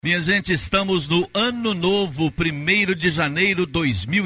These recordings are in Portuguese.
Minha gente, estamos no ano novo, 1º de janeiro de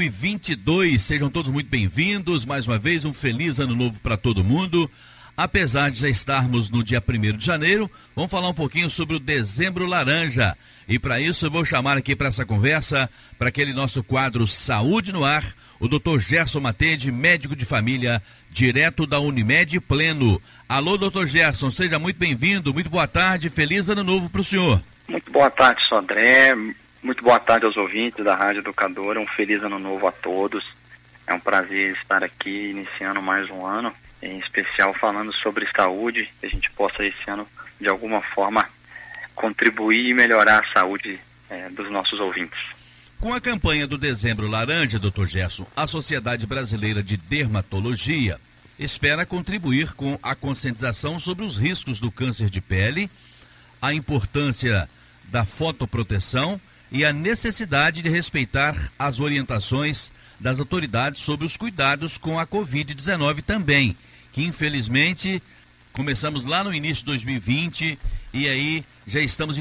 2022. Sejam todos muito bem-vindos. Mais uma vez, um feliz ano novo para todo mundo. Apesar de já estarmos no dia 1º de janeiro, vamos falar um pouquinho sobre o Dezembro Laranja. E para isso eu vou chamar aqui para essa conversa, para aquele nosso quadro Saúde no Ar, o Dr. Gerson Matede, médico de família, direto da Unimed Pleno. Alô, Dr. Gerson, seja muito bem-vindo, muito boa tarde, feliz ano novo para o senhor. Muito boa tarde, Sodré. Muito boa tarde aos ouvintes da Rádio Educadora. Um feliz ano novo a todos. É um prazer estar aqui iniciando mais um ano, em especial falando sobre saúde, que a gente possa esse ano, de alguma forma, contribuir e melhorar a saúde dos nossos ouvintes. Com a campanha do Dezembro Laranja, Dr. Gerson, a Sociedade Brasileira de Dermatologia espera contribuir com a conscientização sobre os riscos do câncer de pele, a importância da fotoproteção e a necessidade de respeitar as orientações das autoridades sobre os cuidados com a Covid-19 também, que infelizmente começamos lá no início de 2020 e aí já estamos em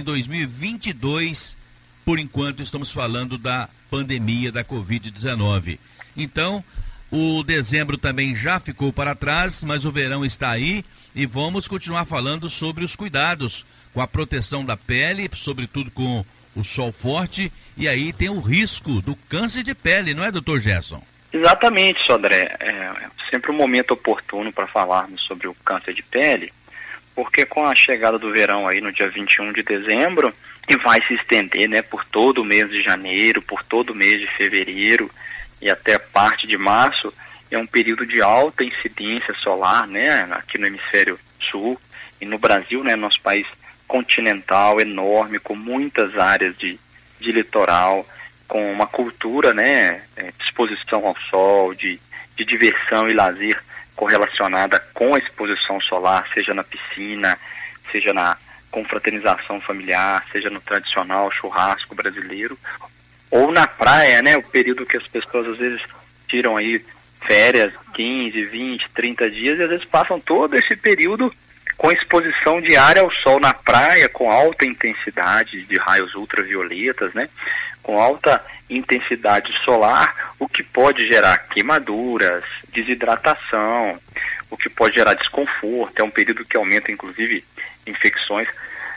2022, por enquanto estamos falando da pandemia da Covid-19. Então, o dezembro também já ficou para trás, mas o verão está aí e vamos continuar falando sobre os cuidados com a proteção da pele, sobretudo com o sol forte, e aí tem o risco do câncer de pele, não é, doutor Gerson? Exatamente, Sodré. É sempre um momento oportuno para falarmos sobre o câncer de pele, porque com a chegada do verão aí no dia 21 de dezembro, e vai se estender, né, por todo o mês de janeiro, por todo o mês de fevereiro e até parte de março, é um período de alta incidência solar, né, aqui no hemisfério sul e no Brasil, né, nosso país continental enorme, com muitas áreas de litoral, com uma cultura, né, de exposição ao sol, de diversão e lazer correlacionada com a exposição solar, seja na piscina, seja na confraternização familiar, seja no tradicional churrasco brasileiro, ou na praia, né, o período que as pessoas às vezes tiram aí férias, 15, 20, 30 dias, e às vezes passam todo esse período com exposição diária ao sol na praia, com alta intensidade de raios ultravioletas, né? Com alta intensidade solar, o que pode gerar queimaduras, desidratação, o que pode gerar desconforto. É um período que aumenta, inclusive, infecções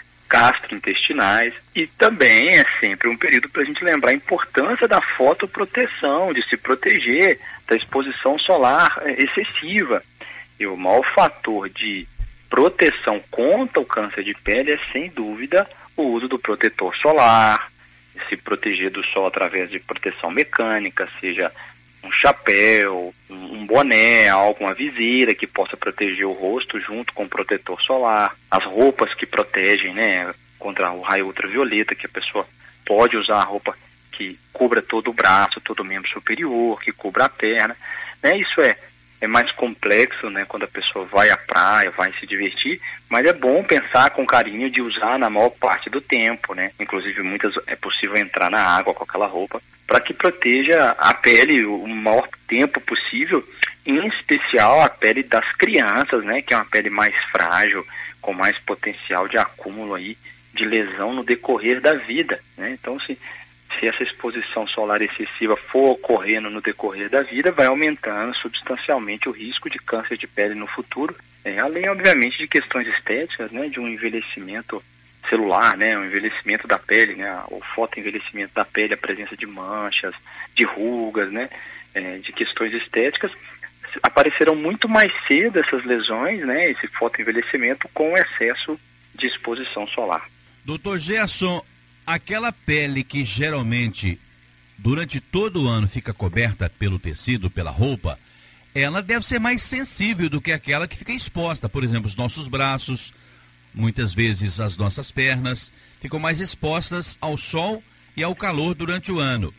gastrointestinais, e também é sempre um período para a gente lembrar a importância da fotoproteção, de se proteger da exposição solar excessiva. E o maior fator de proteção contra o câncer de pele é, sem dúvida, o uso do protetor solar, se proteger do sol através de proteção mecânica, seja um chapéu, um boné, alguma viseira que possa proteger o rosto junto com o protetor solar, as roupas que protegem, né, contra o raio ultravioleta, que a pessoa pode usar a roupa que cubra todo o braço, todo o membro superior, que cubra a perna, né? Isso é mais complexo, né, quando a pessoa vai à praia, vai se divertir, mas é bom pensar com carinho de usar na maior parte do tempo, né? Inclusive muitas é possível entrar na água com aquela roupa, para que proteja a pele o maior tempo possível, em especial a pele das crianças, né, que é uma pele mais frágil, com mais potencial de acúmulo aí de lesão no decorrer da vida, né? Então, se essa exposição solar excessiva for ocorrendo no decorrer da vida, vai aumentando substancialmente o risco de câncer de pele no futuro, além, obviamente, de questões estéticas, né, de um envelhecimento celular, né, um envelhecimento da pele, né, o fotoenvelhecimento da pele, a presença de manchas, de rugas, né, de questões estéticas. Aparecerão muito mais cedo essas lesões, né, esse fotoenvelhecimento com o excesso de exposição solar. Doutor Gerson, aquela pele que geralmente durante todo o ano fica coberta pelo tecido, pela roupa, ela deve ser mais sensível do que aquela que fica exposta. Por exemplo, os nossos braços, muitas vezes as nossas pernas, ficam mais expostas ao sol e ao calor durante o ano.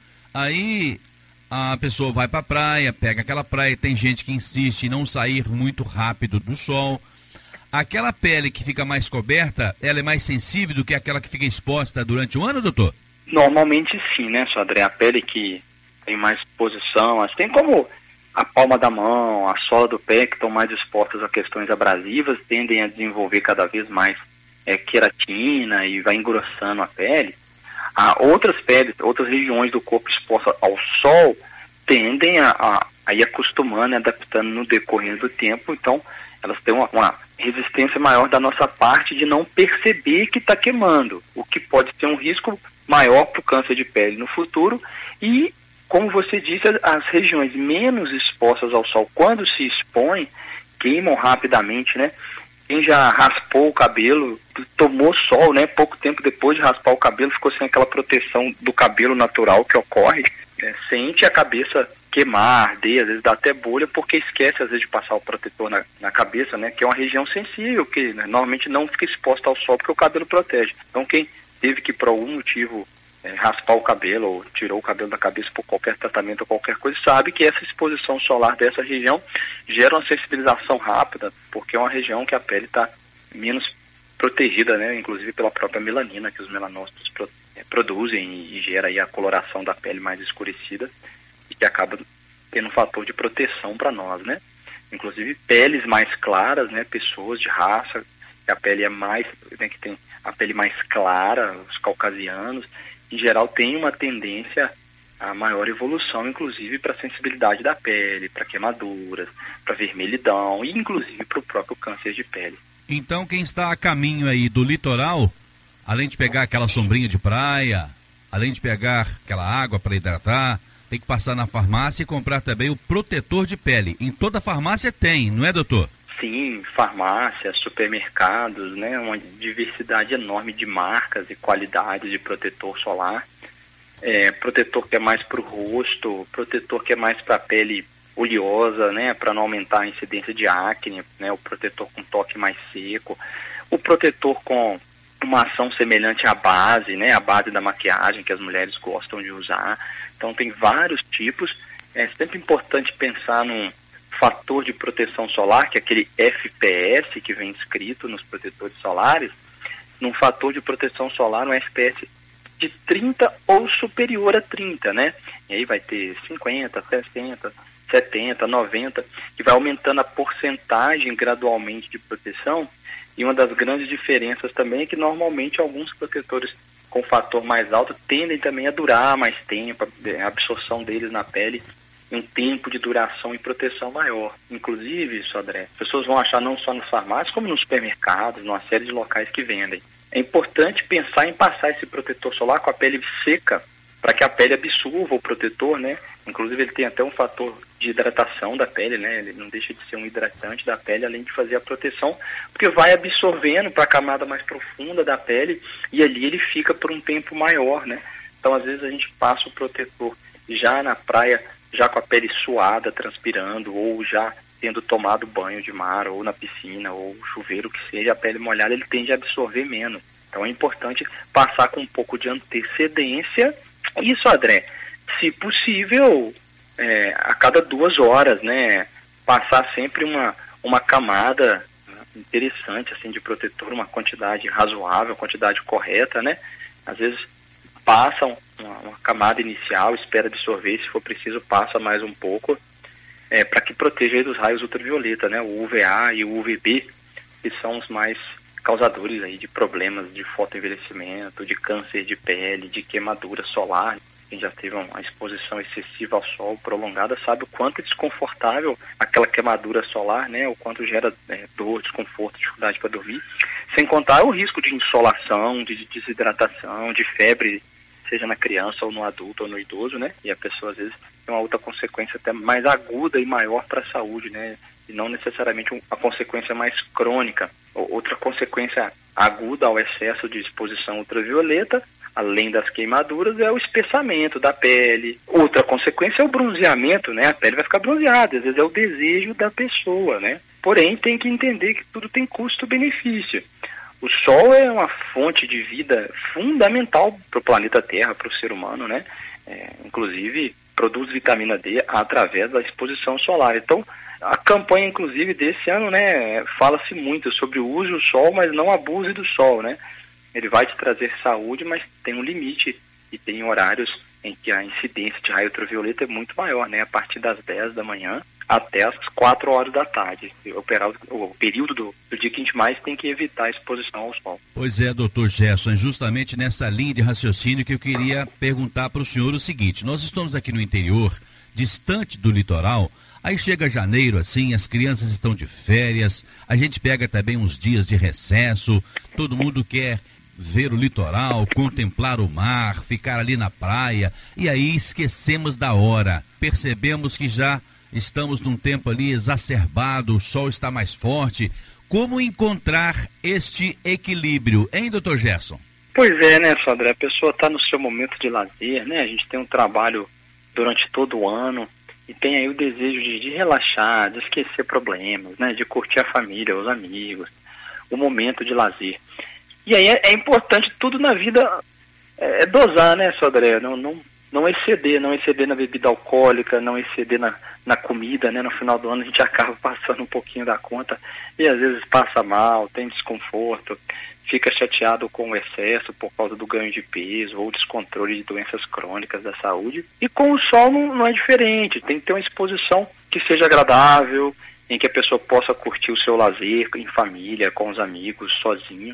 Aí a pessoa vai para a praia, pega aquela praia, tem gente que insiste em não sair muito rápido do sol. Aquela pele que fica mais coberta, ela é mais sensível do que aquela que fica exposta durante o ano, doutor? Normalmente sim, né, Sodré? A pele que tem mais exposição, assim como a palma da mão, a sola do pé, que estão mais expostas a questões abrasivas, tendem a desenvolver cada vez mais queratina e vai engrossando a pele. outras peles, outras regiões do corpo expostas ao sol tendem a ir acostumando, adaptando no decorrer do tempo, então elas têm uma resistência maior da nossa parte de não perceber que está queimando, o que pode ser um risco maior para o câncer de pele no futuro. E, como você disse, as regiões menos expostas ao sol, quando se expõem, queimam rapidamente, né? Quem já raspou o cabelo, tomou sol, né? Pouco tempo depois de raspar o cabelo, ficou sem aquela proteção do cabelo natural que ocorre, sente a cabeça queimar, arder, às vezes dá até bolha, porque esquece às vezes de passar o protetor na cabeça, né? Que é uma região sensível, que normalmente não fica exposta ao sol porque o cabelo protege. Então quem teve que por algum motivo raspar o cabelo ou tirou o cabelo da cabeça por qualquer tratamento ou qualquer coisa, sabe que essa exposição solar dessa região gera uma sensibilização rápida, porque é uma região que a pele está menos protegida, né? Inclusive pela própria melanina que os melanócitos produzem e gera aí a coloração da pele mais escurecida e que acaba tendo um fator de proteção para nós, né? Inclusive peles mais claras, né? Pessoas de raça que a pele é mais, né? Que tem a pele mais clara, os caucasianos, em geral tem uma tendência a maior evolução, inclusive para a sensibilidade da pele, para queimaduras, para vermelhidão e inclusive para o próprio câncer de pele. Então quem está a caminho aí do litoral, além de pegar aquela sombrinha de praia, além de pegar aquela água para hidratar, tem que passar na farmácia e comprar também o protetor de pele. Em toda farmácia tem, não é, doutor? Sim, farmácias, supermercados, né? Uma diversidade enorme de marcas e qualidades de protetor solar. Protetor que é mais para o rosto, protetor que é mais para a pele oleosa, né? Para não aumentar a incidência de acne, né? O protetor com toque mais seco. O protetor com uma ação semelhante à base, né? A base da maquiagem que as mulheres gostam de usar. Então tem vários tipos. É sempre importante pensar num fator de proteção solar, que é aquele FPS que vem escrito nos protetores solares, num fator de proteção solar, um FPS de 30 ou superior a 30, né? E aí vai ter 50, 60, 70, 90, que vai aumentando a porcentagem gradualmente de proteção. E uma das grandes diferenças também é que normalmente alguns protetores com fator mais alto tendem também a durar mais tempo, a absorção deles na pele, um tempo de duração e proteção maior. Inclusive, Sodré, as pessoas vão achar não só nas farmácias, como nos supermercados, numa série de locais que vendem. É importante pensar em passar esse protetor solar com a pele seca, para que a pele absorva o protetor, né? Inclusive ele tem até um fator de hidratação da pele, né? Ele não deixa de ser um hidratante da pele, além de fazer a proteção, porque vai absorvendo para a camada mais profunda da pele e ali ele fica por um tempo maior, né? Então, às vezes a gente passa o protetor já na praia, já com a pele suada, transpirando, ou já tendo tomado banho de mar, ou na piscina, ou chuveiro, que seja, a pele molhada, ele tende a absorver menos. Então é importante passar com um pouco de antecedência. Isso, André, se possível, a cada 2 horas, né? Passar sempre uma camada interessante, assim, de protetor, uma quantidade razoável, quantidade correta, né? Às vezes passa uma camada inicial, espera absorver, se for preciso passa mais um pouco, para que proteja aí dos raios ultravioleta, né? O UVA e o UVB, que são os mais causadores aí de problemas de fotoenvelhecimento, de câncer de pele, de queimadura solar. Quem já teve uma exposição excessiva ao sol prolongada sabe o quanto é desconfortável aquela queimadura solar, né? O quanto gera dor, desconforto, dificuldade para dormir. Sem contar o risco de insolação, de desidratação, de febre, seja na criança ou no adulto ou no idoso, né? E a pessoa às vezes tem uma outra consequência até mais aguda e maior para a saúde, né? E não necessariamente a consequência mais crônica. Outra consequência aguda ao excesso de exposição ultravioleta, além das queimaduras, é o espessamento da pele. Outra consequência é o bronzeamento, né? A pele vai ficar bronzeada, às vezes é o desejo da pessoa, né? Porém, tem que entender que tudo tem custo-benefício. O sol é uma fonte de vida fundamental para o planeta Terra, para o ser humano, né? Inclusive, produz vitamina D através da exposição solar. Então, a campanha, inclusive, desse ano, né, fala-se muito sobre o use do sol, mas não abuse do sol, né? Ele vai te trazer saúde, mas tem um limite e tem horários em que a incidência de raio ultravioleta é muito maior, né? A partir das 10 da manhã até as 4 horas da tarde. O período do dia que a gente mais tem que evitar a exposição ao sol. Pois é, doutor Gerson, é justamente nessa linha de raciocínio que eu queria perguntar para o senhor o seguinte: nós estamos aqui no interior, distante do litoral. Aí chega janeiro, assim, as crianças estão de férias, a gente pega também uns dias de recesso, todo mundo quer ver o litoral, contemplar o mar, ficar ali na praia, e aí esquecemos da hora. Percebemos que já estamos num tempo ali exacerbado, o sol está mais forte. Como encontrar este equilíbrio, hein, doutor Gerson? Pois é, né, Sodré? A pessoa está no seu momento de lazer, né? A gente tem um trabalho durante todo o ano, e tem aí o desejo de relaxar, de esquecer problemas, né? De curtir a família, os amigos, o momento de lazer. E aí é importante tudo na vida dosar, né, Sodré? Não exceder na bebida alcoólica, não exceder na comida, né? No final do ano a gente acaba passando um pouquinho da conta e às vezes passa mal, tem desconforto, fica chateado com o excesso por causa do ganho de peso ou descontrole de doenças crônicas da saúde. E com o sol não é diferente, tem que ter uma exposição que seja agradável, em que a pessoa possa curtir o seu lazer em família, com os amigos, sozinho.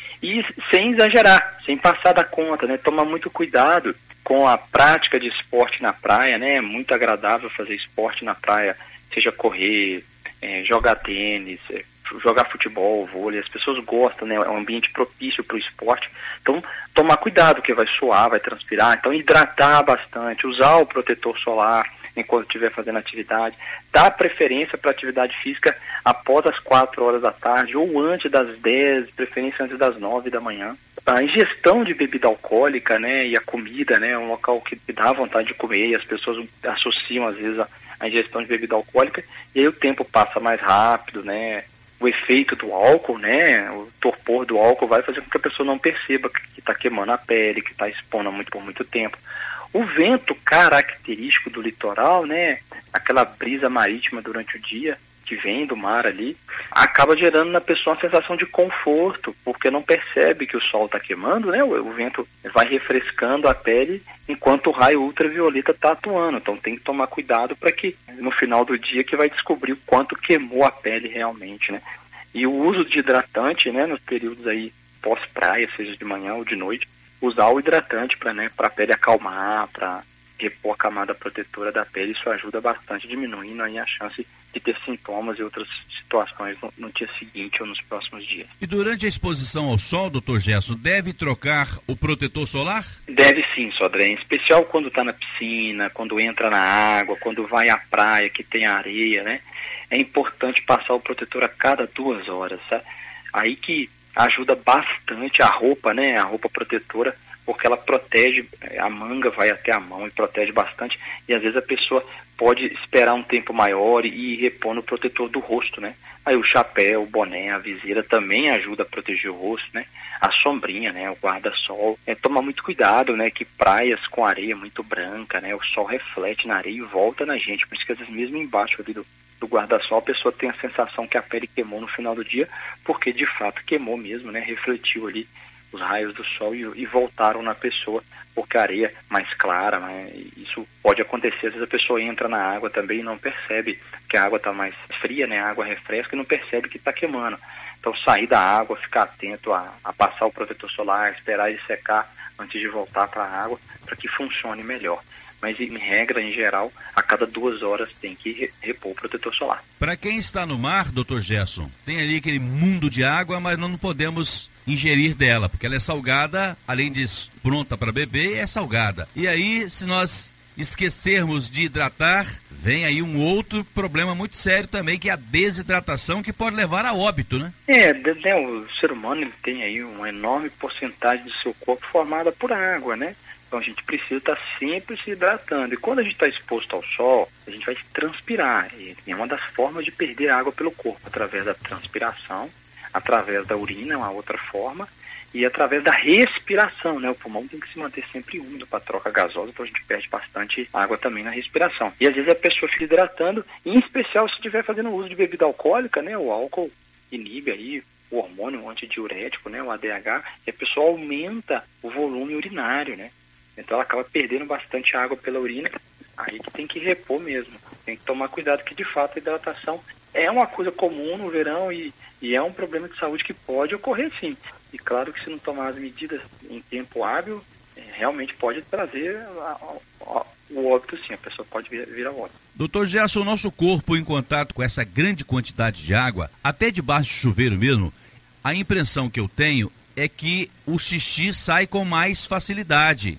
E sem exagerar, sem passar da conta, né? Tomar muito cuidado com a prática de esporte na praia, né? É muito agradável fazer esporte na praia, seja correr, jogar tênis, jogar futebol, vôlei. As pessoas gostam, né? É um ambiente propício para o esporte. Então, tomar cuidado, que vai suar, vai transpirar. Então, hidratar bastante, usar o protetor solar enquanto estiver fazendo atividade, dar preferência para atividade física após as 4 horas da tarde ou antes das 10, preferência antes das 9 da manhã. A ingestão de bebida alcoólica, né, e a comida, né, é um local que dá vontade de comer, e as pessoas associam às vezes a ingestão de bebida alcoólica, e aí o tempo passa mais rápido, né, o efeito do álcool, né, o torpor do álcool vai fazer com que a pessoa não perceba que está queimando a pele, que está expondo por muito tempo. O vento característico do litoral, né, aquela brisa marítima durante o dia, que vem do mar ali, acaba gerando na pessoa uma sensação de conforto, porque não percebe que o sol está queimando, né, o vento vai refrescando a pele enquanto o raio ultravioleta está atuando. Então tem que tomar cuidado para que no final do dia que vai descobrir o quanto queimou a pele realmente, né. E o uso de hidratante, né, nos períodos aí pós-praia, seja de manhã ou de noite, usar o hidratante para, né, a pele acalmar, para repor a camada protetora da pele. Isso ajuda bastante, diminuindo aí a chance de ter sintomas e outras situações no dia seguinte ou nos próximos dias. E durante a exposição ao sol, doutor Gerson, deve trocar o protetor solar? Deve sim, Sodré, em especial quando está na piscina, quando entra na água, quando vai à praia que tem areia, né? É importante passar o protetor a cada 2 horas, sabe? Aí que ajuda bastante a roupa, né? A roupa protetora, porque ela protege, a manga vai até a mão e protege bastante, e às vezes a pessoa pode esperar um tempo maior e ir repondo o protetor do rosto, né? Aí o chapéu, o boné, a viseira também ajuda a proteger o rosto, né? A sombrinha, né? O guarda-sol. Tomar muito cuidado, né? Que praias com areia muito branca, né? O sol reflete na areia e volta na gente, por isso que às vezes mesmo embaixo ali do guarda-sol a pessoa tem a sensação que a pele queimou no final do dia, porque de fato queimou mesmo, né? Refletiu ali os raios do sol e voltaram na pessoa, porque a areia mais clara, né? Isso pode acontecer, às vezes a pessoa entra na água também e não percebe que a água está mais fria, né? A água refresca e não percebe que está queimando. Então sair da água, ficar atento a passar o protetor solar, esperar ele secar antes de voltar para a água, para que funcione melhor. Mas em regra, em geral, a cada 2 horas tem que repor o protetor solar. Para quem está no mar, doutor Gerson, tem ali aquele mundo de água, mas não podemos ingerir dela, porque ela é salgada, além de pronta para beber, é salgada. E aí, se nós esquecermos de hidratar, vem aí um outro problema muito sério também, que é a desidratação, que pode levar a óbito, né? O ser humano ele tem aí uma enorme porcentagem do seu corpo formada por água, né? Então a gente precisa estar sempre se hidratando. E quando a gente está exposto ao sol, a gente vai transpirar. E é uma das formas de perder água pelo corpo, através da transpiração, através da urina, uma outra forma, e através da respiração, né? O pulmão tem que se manter sempre úmido para troca gasosa, então a gente perde bastante água também na respiração. E às vezes a pessoa fica hidratando, em especial se estiver fazendo uso de bebida alcoólica, né? O álcool inibe aí o hormônio antidiurético, né? O ADH, e a pessoa aumenta o volume urinário, né? Então ela acaba perdendo bastante água pela urina, aí que tem que repor mesmo. tem que tomar cuidado que, de fato, a hidratação é uma coisa comum no verão e é um problema de saúde que pode ocorrer, sim. E claro que se não tomar as medidas em tempo hábil, realmente pode trazer o óbito, sim. A pessoa pode vir ao óbito. Doutor Gerson, o nosso corpo, em contato com essa grande quantidade de água, até debaixo do chuveiro mesmo, a impressão que eu tenho é que o xixi sai com mais facilidade.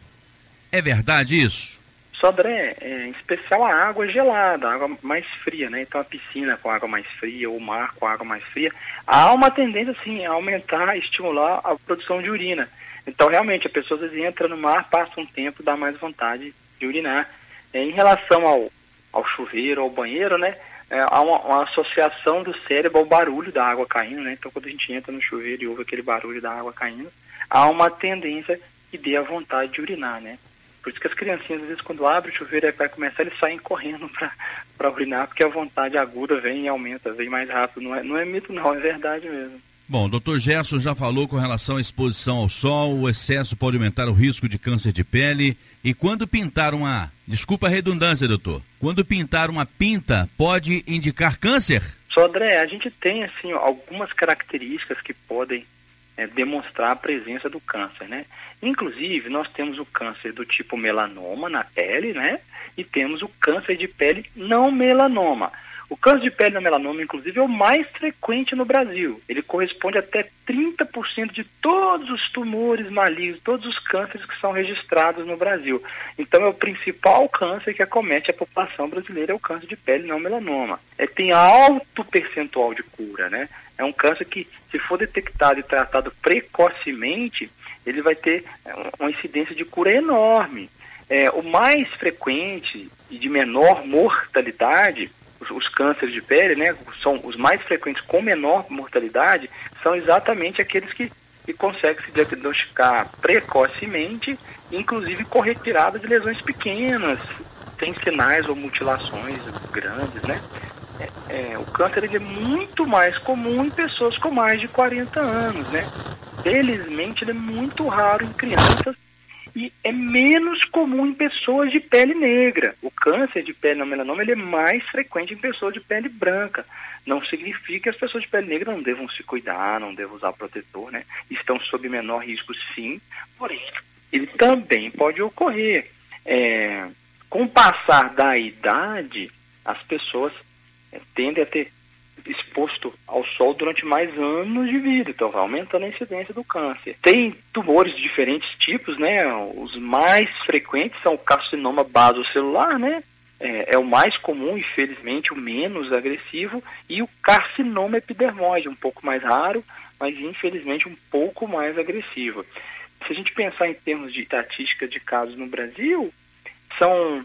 É verdade isso? Sodré, em especial a água gelada, a água mais fria, né? Então a piscina com água mais fria, ou o mar com água mais fria, há uma tendência, sim, a aumentar, estimular a produção de urina. Então, realmente, a pessoa às vezes entra no mar, passa um tempo, dá mais vontade de urinar. Em relação ao chuveiro, ao banheiro, né? Há uma associação do cérebro ao barulho da água caindo, né? Então, quando a gente entra no chuveiro e ouve aquele barulho da água caindo, há uma tendência que dê a vontade de urinar, né? Por isso que as criancinhas, às vezes, quando abrem o chuveiro e vai começar, eles saem correndo para urinar, porque a vontade aguda vem e aumenta, vem mais rápido. Não é mito, não, é verdade mesmo. Bom, doutor Gerson já falou com relação à exposição ao sol, o excesso pode aumentar o risco de câncer de pele. E quando pintar desculpa a redundância, doutor, quando pintar uma pinta, pode indicar câncer? André, a gente tem, assim, algumas características que podem demonstrar a presença do câncer, né? Inclusive, nós temos o câncer do tipo melanoma na pele, né? E temos o câncer de pele não melanoma. O câncer de pele não melanoma, inclusive, é o mais frequente no Brasil. Ele corresponde a até 30% de todos os tumores malignos, todos os cânceres que são registrados no Brasil. Então, é o principal câncer que acomete a população brasileira, é o câncer de pele não melanoma. Tem alto percentual de cura, né? É um câncer que, se for detectado e tratado precocemente, ele vai ter uma incidência de cura enorme. O mais frequente e de menor mortalidade, os cânceres de pele, né, são os mais frequentes com menor mortalidade, são exatamente aqueles que conseguem se diagnosticar precocemente, inclusive com retirada de lesões pequenas, sem sinais ou mutilações grandes, né? O câncer ele é muito mais comum em pessoas com mais de 40 anos, né? Felizmente ele é muito raro em crianças e é menos comum em pessoas de pele negra. O câncer de pele não melanoma ele é mais frequente em pessoas de pele branca. Não significa que as pessoas de pele negra não devam se cuidar, não devam usar protetor, né? Estão sob menor risco, sim, porém ele também pode ocorrer. Com o passar da idade, as pessoas tendem a ter exposto ao sol durante mais anos de vida, então vai aumentando a incidência do câncer. Tem tumores de diferentes tipos, né? Os mais frequentes são o carcinoma basocelular, né? É o mais comum, infelizmente, o menos agressivo, e o carcinoma epidermoide, um pouco mais raro, mas infelizmente um pouco mais agressivo. Se a gente pensar em termos de estatística de casos no Brasil, são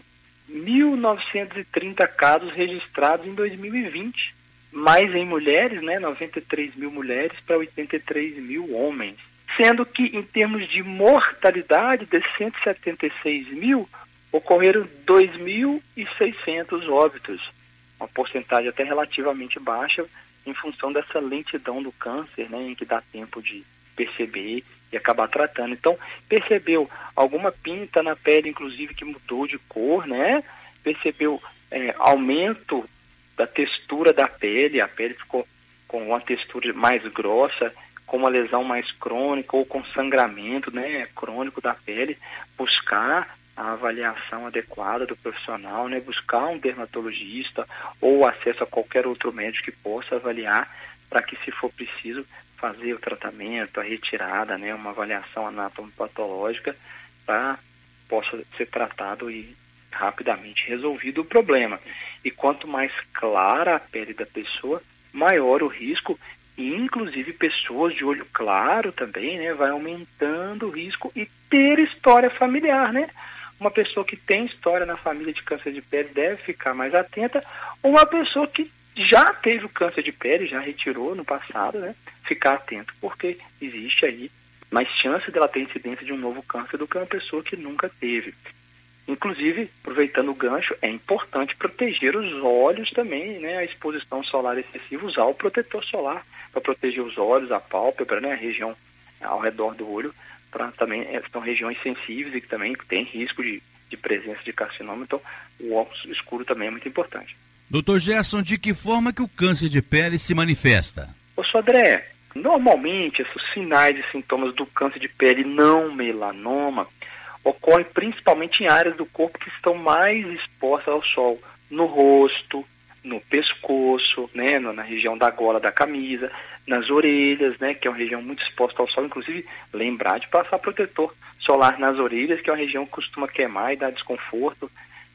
1.930 casos registrados em 2020, mais em mulheres, né, 93 mil mulheres para 83 mil homens. Sendo que, em termos de mortalidade, de 176 mil, ocorreram 2.600 óbitos, uma porcentagem até relativamente baixa, em função dessa lentidão do câncer, né, em que dá tempo de perceber e acabar tratando. Então, percebeu alguma pinta na pele, inclusive, que mudou de cor, né? Percebeu aumento da textura da pele, a pele ficou com uma textura mais grossa, com uma lesão mais crônica ou com sangramento, né, crônico da pele, buscar a avaliação adequada do profissional, né, buscar um dermatologista ou acesso a qualquer outro médico que possa avaliar, para que, se for preciso, fazer o tratamento, a retirada, né, uma avaliação anatomopatológica, para possa ser tratado e rapidamente resolvido o problema. E quanto mais clara a pele da pessoa, maior o risco, e inclusive pessoas de olho claro também, né, vai aumentando o risco, e ter história familiar, né? Uma pessoa que tem história na família de câncer de pele deve ficar mais atenta. Uma pessoa que já teve o câncer de pele, já retirou no passado, né, ficar atento, porque existe aí mais chance dela ter incidência de um novo câncer do que uma pessoa que nunca teve. Inclusive, aproveitando o gancho, é importante proteger os olhos também, né? A exposição solar excessiva, usar o protetor solar para proteger os olhos, a pálpebra, né? A região ao redor do olho, também são regiões sensíveis e que também tem risco de de presença de carcinoma, então o óculos escuro também é muito importante. Dr. Gerson, de que forma que o câncer de pele se manifesta? Ô, Sodré, normalmente esses sinais e sintomas do câncer de pele não melanoma ocorrem principalmente em áreas do corpo que estão mais expostas ao sol, no rosto, no pescoço, né, na região da gola da camisa, nas orelhas, né, que é uma região muito exposta ao sol, inclusive lembrar de passar protetor solar nas orelhas, que é uma região que costuma queimar e dar desconforto.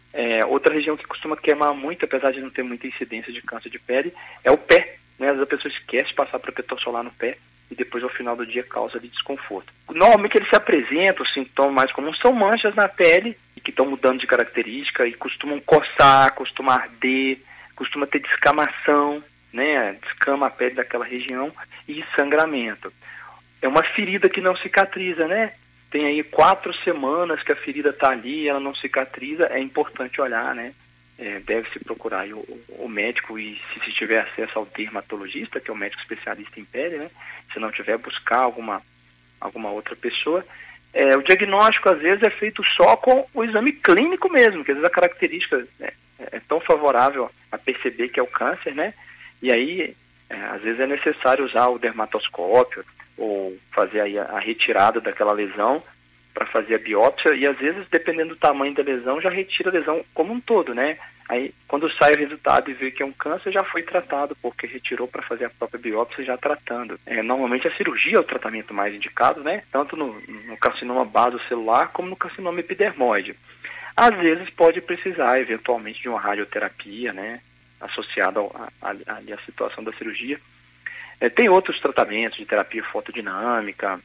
Outra região que costuma queimar muito, apesar de não ter muita incidência de câncer de pele, é o pé, né, às vezes a pessoa esquece de passar protetor solar no pé e depois ao final do dia causa ali desconforto. Normalmente ele se apresenta, os sintomas mais comuns são manchas na pele, que estão mudando de característica e costumam coçar, costuma arder, costuma ter descamação, né? Descama a pele daquela região e sangramento. É uma ferida que não cicatriza, né? Tem aí 4 semanas que a ferida está ali, ela não cicatriza, é importante olhar, né? Deve-se procurar aí o médico e se tiver acesso ao dermatologista, que é o médico especialista em pele, né? Se não tiver, buscar alguma outra pessoa. O diagnóstico, às vezes, é feito só com o exame clínico mesmo, que às vezes a característica é tão favorável a perceber que é o câncer, né? E aí, às vezes é necessário usar o dermatoscópio ou fazer aí a retirada daquela lesão para fazer a biópsia e, às vezes, dependendo do tamanho da lesão, já retira a lesão como um todo, né? Aí, quando sai o resultado e vê que é um câncer, já foi tratado, porque retirou para fazer a própria biópsia já tratando. Normalmente a cirurgia é o tratamento mais indicado, né? Tanto no carcinoma basocelular como no carcinoma epidermoide. Às vezes pode precisar, eventualmente, de uma radioterapia, né? Associada à situação da cirurgia. Tem outros tratamentos de terapia fotodinâmica,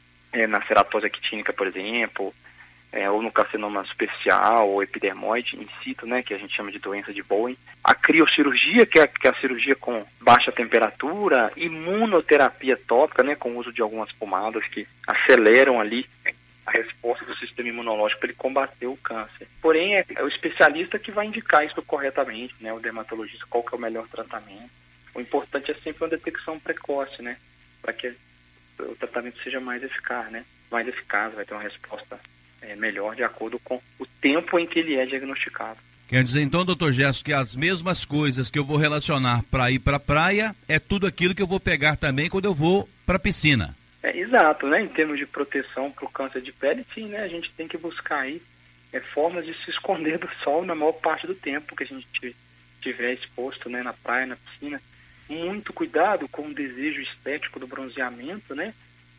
na ceratose actínica, por exemplo, ou no carcinoma superficial ou epidermoide in situ, né, que a gente chama de doença de Bowen. A criocirurgia, que é a cirurgia com baixa temperatura, imunoterapia tópica, né, com o uso de algumas pomadas que aceleram ali a resposta do sistema imunológico para ele combater o câncer. Porém, é o especialista que vai indicar isso corretamente, né, o dermatologista, qual que é o melhor tratamento. O importante é sempre uma detecção precoce, né, para que o tratamento seja mais eficaz, né, vai ter uma resposta melhor de acordo com o tempo em que ele é diagnosticado. Quer dizer então, doutor Gerson, que as mesmas coisas que eu vou relacionar para ir para a praia é tudo aquilo que eu vou pegar também quando eu vou para a piscina. Exato, né? Em termos de proteção para o câncer de pele, sim, né? A gente tem que buscar aí formas de se esconder do sol na maior parte do tempo que a gente estiver exposto, né? Na praia, na piscina. Muito cuidado com o desejo estético do bronzeamento, né?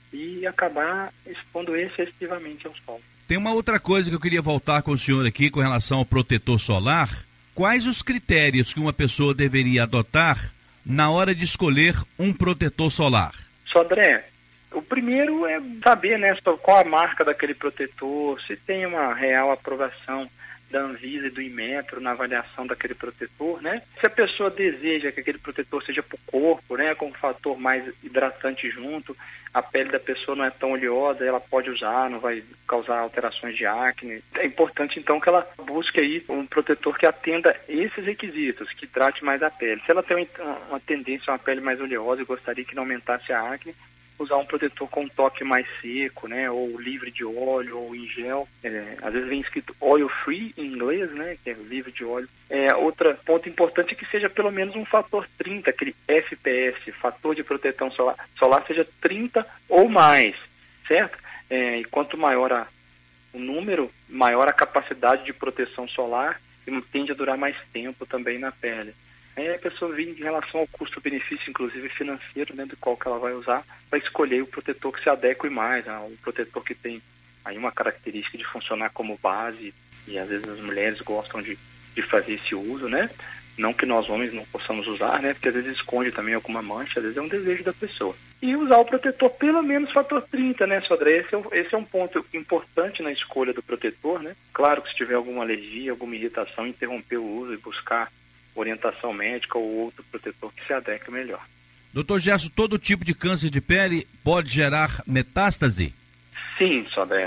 E acabar expondo excessivamente ao sol. Tem uma outra coisa que eu queria voltar com o senhor aqui com relação ao protetor solar. Quais os critérios que uma pessoa deveria adotar na hora de escolher um protetor solar? Sodré, o primeiro é saber, né, qual a marca daquele protetor, se tem uma real aprovação da Anvisa e do Inmetro na avaliação daquele protetor, né? Se a pessoa deseja que aquele protetor seja para o corpo, né, com um fator mais hidratante junto, a pele da pessoa não é tão oleosa, ela pode usar, não vai causar alterações de acne. É importante, então, que ela busque aí um protetor que atenda esses requisitos, que trate mais a pele. Se ela tem uma tendência a uma pele mais oleosa e gostaria que não aumentasse a acne, usar um protetor com um toque mais seco, né, ou livre de óleo, ou em gel. Às vezes vem escrito oil free em inglês, né, que é livre de óleo. Outro ponto importante é que seja pelo menos um fator 30, aquele FPS, fator de proteção solar seja 30 ou mais, certo? E quanto maior o número, maior a capacidade de proteção solar e tende a durar mais tempo também na pele. Aí a pessoa vem em relação ao custo-benefício, inclusive financeiro, né, do qual que ela vai usar, para escolher o protetor que se adeque mais, um protetor que tem aí uma característica de funcionar como base, e às vezes as mulheres gostam de fazer esse uso, né? Não que nós homens não possamos usar, né? Porque às vezes esconde também alguma mancha, às vezes é um desejo da pessoa. E usar o protetor pelo menos fator 30, né, Sodré? Esse é um ponto importante na escolha do protetor, né? Claro que se tiver alguma alergia, alguma irritação, interromper o uso e buscar orientação médica ou outro protetor que se adeque melhor. Doutor Gerson, todo tipo de câncer de pele pode gerar metástase? Sim, Sodré.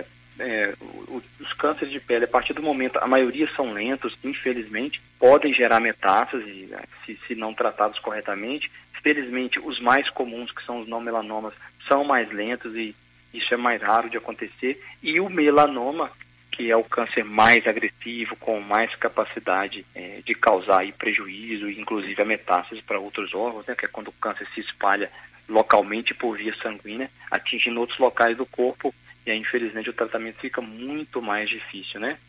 Os cânceres de pele, a partir do momento, a maioria são lentos, infelizmente, podem gerar metástase, se não tratados corretamente. Felizmente, os mais comuns, que são os não melanomas, são mais lentos e isso é mais raro de acontecer. E o melanoma, que é o câncer mais agressivo, com mais capacidade de causar aí prejuízo, inclusive a metástase para outros órgãos, né, que é quando o câncer se espalha localmente por via sanguínea, atingindo outros locais do corpo, e aí, infelizmente, o tratamento fica muito mais difícil, né?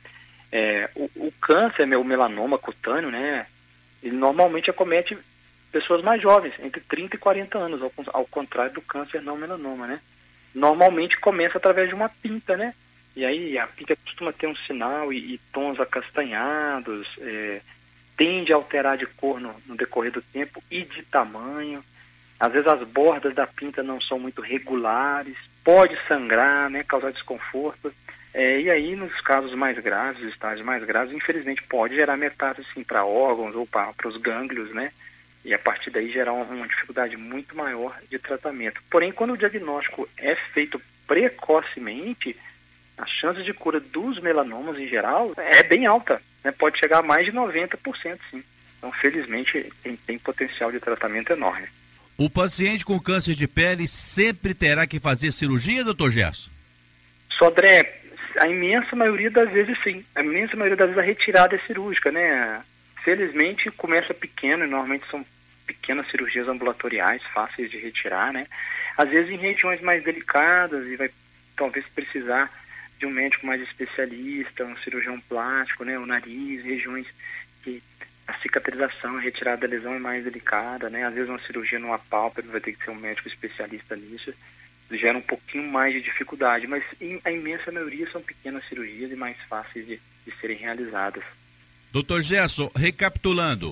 O câncer, o melanoma cutâneo, né, ele normalmente acomete pessoas mais jovens, entre 30 e 40 anos, ao contrário do câncer não melanoma, né? Normalmente começa através de uma pinta, né? E aí a pinta costuma ter um sinal e tons acastanhados, tende a alterar de cor no decorrer do tempo e de tamanho. Às vezes as bordas da pinta não são muito regulares, pode sangrar, né, causar desconforto. E aí, nos casos mais graves, os estágios mais graves, infelizmente pode gerar metástase para órgãos ou para os gânglios, né? E a partir daí gerar uma dificuldade muito maior de tratamento. Porém, quando o diagnóstico é feito precocemente, a chance de cura dos melanomas em geral é bem alta, né? Pode chegar a mais de 90%, sim. Então, felizmente, tem potencial de tratamento enorme. O paciente com câncer de pele sempre terá que fazer cirurgia, doutor Gerson? Sodré, a imensa maioria das vezes sim. A imensa maioria das vezes a retirada é cirúrgica, né? Felizmente começa pequeno, e normalmente são pequenas cirurgias ambulatoriais, fáceis de retirar, né? Às vezes em regiões mais delicadas e vai talvez precisar de um médico mais especialista, um cirurgião plástico, né? O nariz, regiões que a cicatrização, a retirada da lesão é mais delicada, né? Às vezes uma cirurgia numa pálpebra vai ter que ser um médico especialista nisso, gera um pouquinho mais de dificuldade, mas a imensa maioria são pequenas cirurgias e mais fáceis de serem realizadas. Doutor Gerson, recapitulando,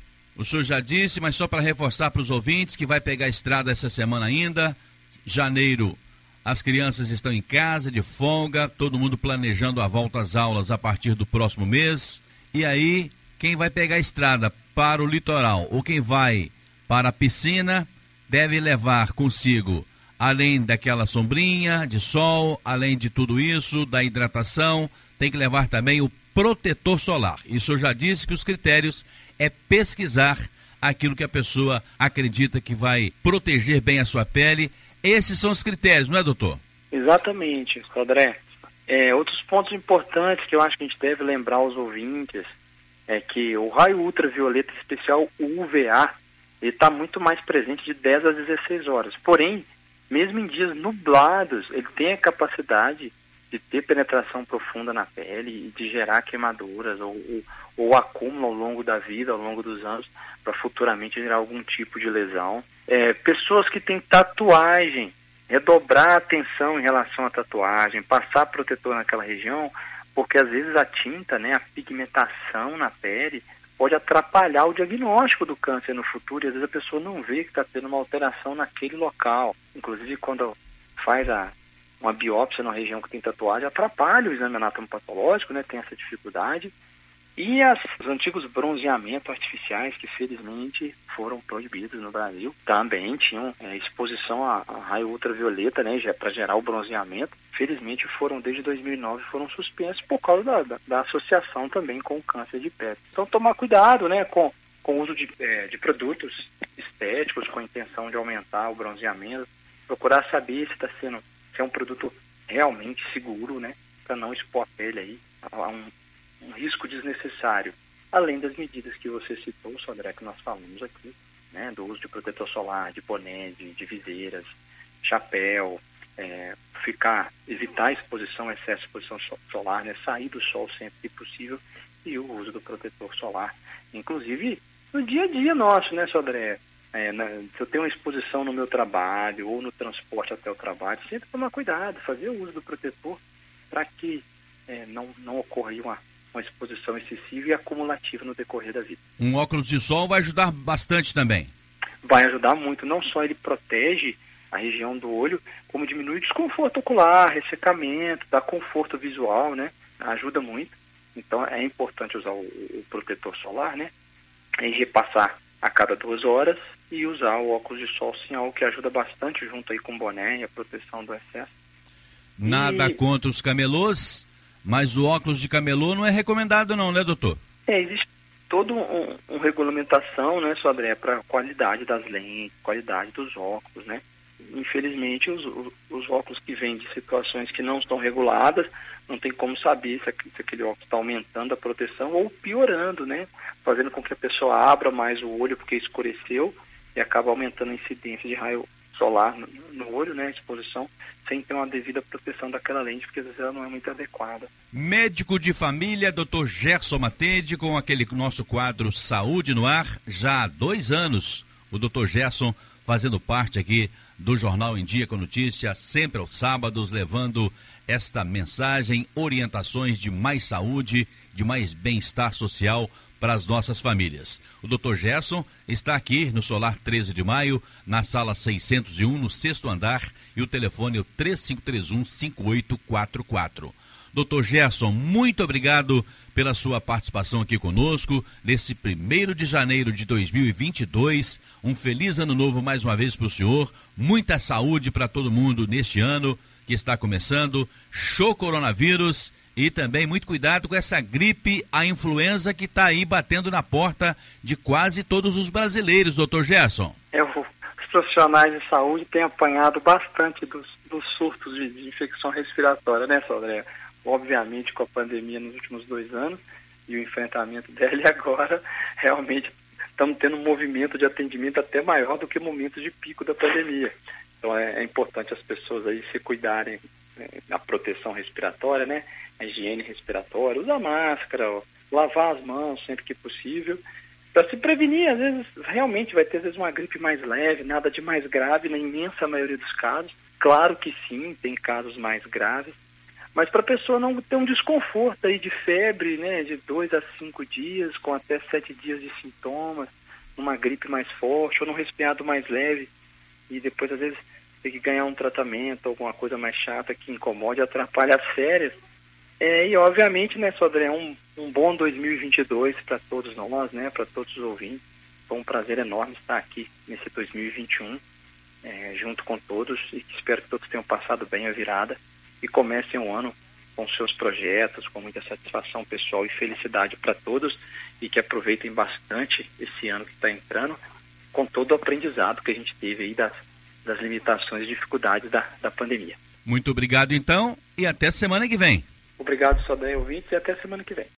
o senhor já disse, mas só para reforçar para os ouvintes que vai pegar a estrada essa semana ainda, janeiro, as crianças estão em casa, de folga, todo mundo planejando a volta às aulas a partir do próximo mês, e aí quem vai pegar a estrada para o litoral ou quem vai para a piscina deve levar consigo, além daquela sombrinha de sol, além de tudo isso, da hidratação, tem que levar também o protetor solar. E o senhor já disse que os critérios é pesquisar aquilo que a pessoa acredita que vai proteger bem a sua pele. Esses são os critérios, não é, doutor? Exatamente, Sodré. Outros pontos importantes que eu acho que a gente deve lembrar aos ouvintes é que o raio ultravioleta especial, o UVA, ele está muito mais presente de 10 a 16 horas. Porém, mesmo em dias nublados, ele tem a capacidade de ter penetração profunda na pele e de gerar queimaduras ou acúmulo ao longo da vida, ao longo dos anos, para futuramente gerar algum tipo de lesão. Pessoas que têm tatuagem, redobrar a atenção em relação à tatuagem, passar protetor naquela região, porque às vezes a tinta, né, a pigmentação na pele, pode atrapalhar o diagnóstico do câncer no futuro, e às vezes a pessoa não vê que está tendo uma alteração naquele local. Inclusive, quando faz uma biópsia na região que tem tatuagem, atrapalha o exame anatomopatológico, né, tem essa dificuldade. E os antigos bronzeamentos artificiais, que felizmente foram proibidos no Brasil, também tinham exposição a raio ultravioleta, né, para gerar o bronzeamento. Felizmente desde 2009 foram suspensos por causa da associação também com o câncer de pele. Então tomar cuidado, né, com o uso de produtos estéticos com a intenção de aumentar o bronzeamento, procurar saber se é um produto realmente seguro, né, para não expor a pele aí a um risco desnecessário, além das medidas que você citou, Sodré, que nós falamos aqui, né, do uso de protetor solar, de boné, de viseiras, chapéu, evitar exposição, excesso de exposição solar, né, sair do sol sempre que possível, e o uso do protetor solar, inclusive no dia a dia nosso, né, Sodré? Se eu tenho uma exposição no meu trabalho ou no transporte até o trabalho, sempre tomar cuidado, fazer o uso do protetor para que não ocorra aí uma exposição excessiva e acumulativa no decorrer da vida. Um óculos de sol vai ajudar bastante também. Vai ajudar muito, não só ele protege a região do olho, como diminui o desconforto ocular, ressecamento, dá conforto visual, né? Ajuda muito. Então é importante usar o protetor solar, né? E repassar a cada 2 horas e usar o óculos de sol sim, algo que ajuda bastante junto aí com o boné e a proteção do excesso. Nada contra os camelôs, mas o óculos de camelô não é recomendado não, né, doutor? Existe toda uma regulamentação, né, Sodré, para a qualidade das lentes, qualidade dos óculos, né? infelizmente, os óculos que vêm de situações que não estão reguladas, não tem como saber se aquele óculos está aumentando a proteção ou piorando, né? Fazendo com que a pessoa abra mais o olho porque escureceu e acaba aumentando a incidência de raio solar no olho, né? A exposição, sem ter uma devida proteção daquela lente, porque às vezes ela não é muito adequada. Médico de família, Dr. Gerson Matede, com aquele nosso quadro Saúde no Ar, já há 2 anos. O Dr. Gerson fazendo parte aqui do Jornal em Dia com Notícia, sempre aos sábados, levando esta mensagem, orientações de mais saúde, de mais bem-estar social para as nossas famílias. O Dr. Gerson está aqui no Solar 13 de Maio, na sala 601, no 6º andar, e o telefone é o 3531-5844. Dr. Gerson, muito obrigado pela sua participação aqui conosco nesse 1º de janeiro de 2022. Um feliz ano novo mais uma vez para o senhor. Muita saúde para todo mundo neste ano que está começando. Show coronavírus e também muito cuidado com essa gripe, a influenza que está aí batendo na porta de quase todos os brasileiros, Dr. Gerson. Os profissionais de saúde têm apanhado bastante dos surtos de infecção respiratória, né, Sodré? Obviamente, com a pandemia nos últimos 2 anos e o enfrentamento dela, e agora realmente estamos tendo um movimento de atendimento até maior do que momentos de pico da pandemia. Então é importante as pessoas aí se cuidarem, da proteção respiratória, né? A higiene respiratória, usar máscara, lavar as mãos sempre que possível, para se prevenir. Às vezes realmente vai ter às vezes uma gripe mais leve, nada de mais grave na imensa maioria dos casos. Claro que sim, tem casos mais graves, mas para a pessoa não ter um desconforto aí de febre, né, de 2 a 5 dias, com até 7 dias de sintomas, uma gripe mais forte ou num resfriado mais leve, e depois às vezes tem que ganhar um tratamento, alguma coisa mais chata que incomode, atrapalha as férias. E obviamente, né, Sodré, um bom 2022 para todos nós, né, para todos os ouvintes. Foi um prazer enorme estar aqui nesse 2021, junto com todos, e espero que todos tenham passado bem a virada e comecem o ano com seus projetos, com muita satisfação pessoal e felicidade para todos, e que aproveitem bastante esse ano que está entrando, com todo o aprendizado que a gente teve aí das limitações e dificuldades da pandemia. Muito obrigado então, e até semana que vem. Obrigado, Sodré, ouvintes, e até semana que vem.